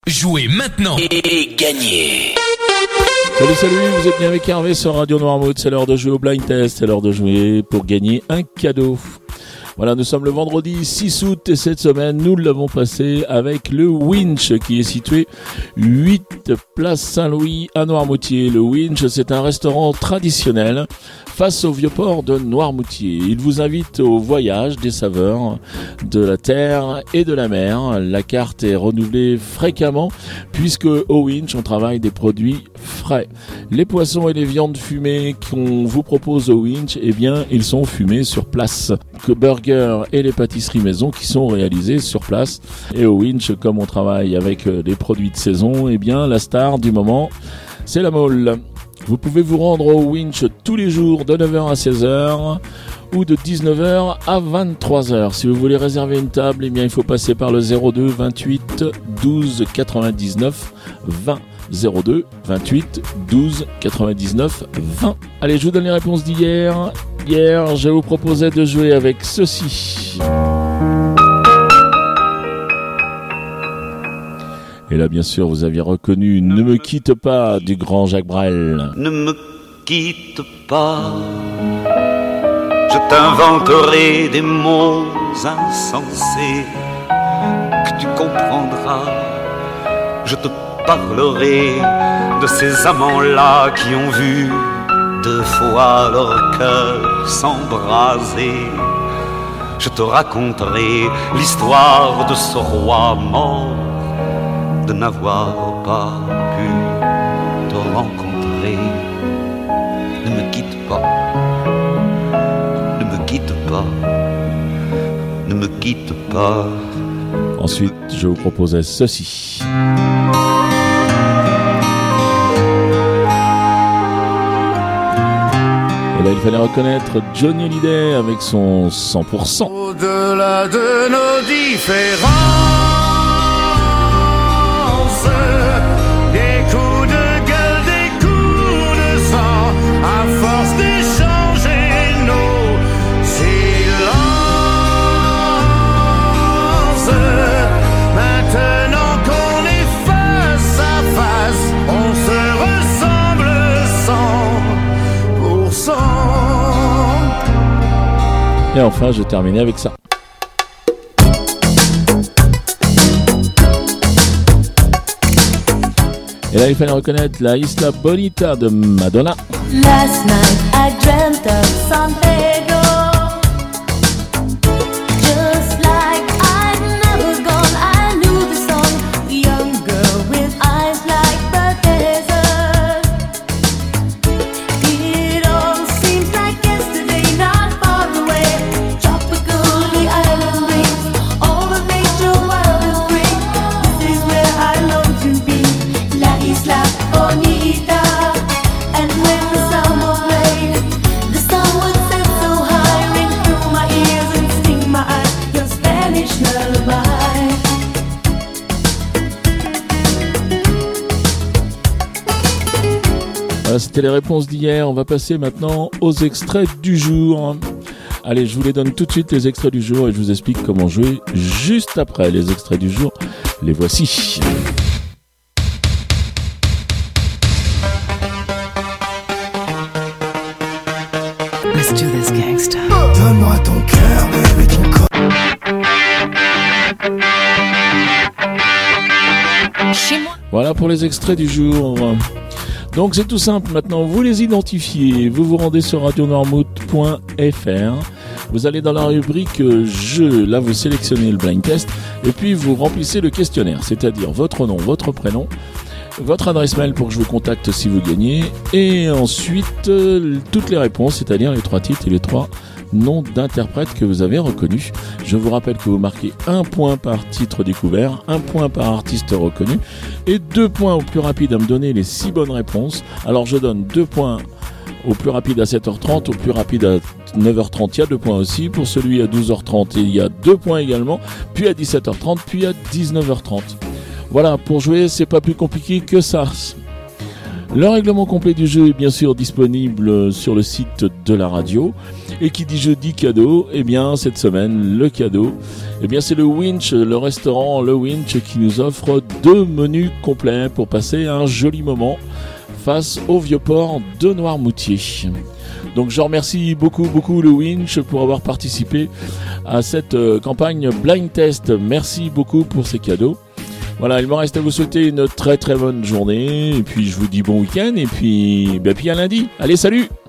Jouez maintenant et gagnez. Salut, vous êtes bien avec Hervé sur Radio Noirmouth, c'est l'heure de jouer au blind test, c'est l'heure de jouer pour gagner un cadeau. Voilà, nous sommes le vendredi 6 août et cette semaine, nous l'avons passé avec le Winch qui est situé 8 place Saint-Louis à Noirmoutier. Le Winch, c'est un restaurant traditionnel face au Vieux-Port de Noirmoutier. Il vous invite au voyage des saveurs de la terre et de la mer. La carte est renouvelée fréquemment puisque au Winch, on travaille des produits frais. Les poissons et les viandes fumées qu'on vous propose au Winch, eh bien, ils sont fumés sur place. Que burgers et les pâtisseries maison qui sont réalisées sur place. Et au Winch, comme on travaille avec des produits de saison, eh bien, la star du moment, c'est la Mole. Vous pouvez vous rendre au Winch tous les jours de 9h à 16h ou de 19h à 23h. Si vous voulez réserver une table, eh bien, il faut passer par le 02 28 12 99 20. 02 28 12 99 20. Allez, je vous donne les réponses d'hier. Hier, je vous proposais de jouer avec ceci. Et là, bien sûr, vous aviez reconnu Ne me quitte pas du grand Jacques Brel. Ne me quitte pas, je t'inventerai des mots insensés que tu comprendras. Je te parlerai de ces amants-là qui ont vu 2 fois leur cœur s'embraser. Je te raconterai l'histoire de ce roi mort, de n'avoir pas pu te rencontrer. Ne me quitte pas, ne me quitte pas, ne me quitte pas. Ensuite, je vous proposais ceci. Et là, il fallait reconnaître Johnny Hallyday avec son 100%. Au-delà de nos différences, des coups de gueule, des coups de sang, à force d'échanger nos silences. Maintenant qu'on est face à face, on se ressemble 100%. Et enfin, je terminais avec ça. Et là, il fallait reconnaître la Isla Bonita de Madonna. Last night I dreamt of San Pedro, just like I'd never gone. I knew the song, the young girl with eyes like the desert. It all seems like yesterday, not far away. Tropical, the island rings, all the nature wild and free. This is where I long to be, La Isla Bonita. And when the summer played, the sun would set so high, ring through my ears and sting my eyes, your Spanish lullaby. Voilà, c'était les réponses d'hier. On va passer maintenant aux extraits du jour. Allez, je vous les donne tout de suite, les extraits du jour, et je vous explique comment jouer juste après. Les extraits du jour, les voici. Let's do this, gangsta. Donne-moi ton cœur, baby, ton corps. Voilà pour les extraits du jour. Donc c'est tout simple, maintenant vous les identifiez, vous vous rendez sur radionoirmouth.fr, vous allez dans la rubrique jeu, là vous sélectionnez le blind test et puis vous remplissez le questionnaire, c'est-à-dire votre nom, votre prénom, votre adresse mail pour que je vous contacte si vous gagnez, et ensuite toutes les réponses, c'est-à-dire les 3 titres et les 3 noms d'interprètes que vous avez reconnus. Je vous rappelle que vous marquez 1 point par titre découvert, 1 point par artiste reconnu et 2 points au plus rapide à me donner les 6 bonnes réponses. Alors je donne 2 points au plus rapide à 7h30, au plus rapide à 9h30, il y a 2 points aussi. Pour celui à 12h30, il y a 2 points également, puis à 17h30, puis à 19h30. Voilà, pour jouer, c'est pas plus compliqué que ça. Le règlement complet du jeu est bien sûr disponible sur le site de la radio. Et qui dit jeu dit cadeau. Eh bien, cette semaine, le cadeau, eh bien, c'est le Winch, le restaurant Le Winch qui nous offre 2 menus complets pour passer un joli moment face au Vieux-Port de Noirmoutier. Donc je remercie beaucoup le Winch pour avoir participé à cette campagne Blind Test. Merci beaucoup pour ces cadeaux. Voilà, il me reste à vous souhaiter une très très bonne journée. Et puis je vous dis bon week-end. Et puis à lundi. Allez, salut!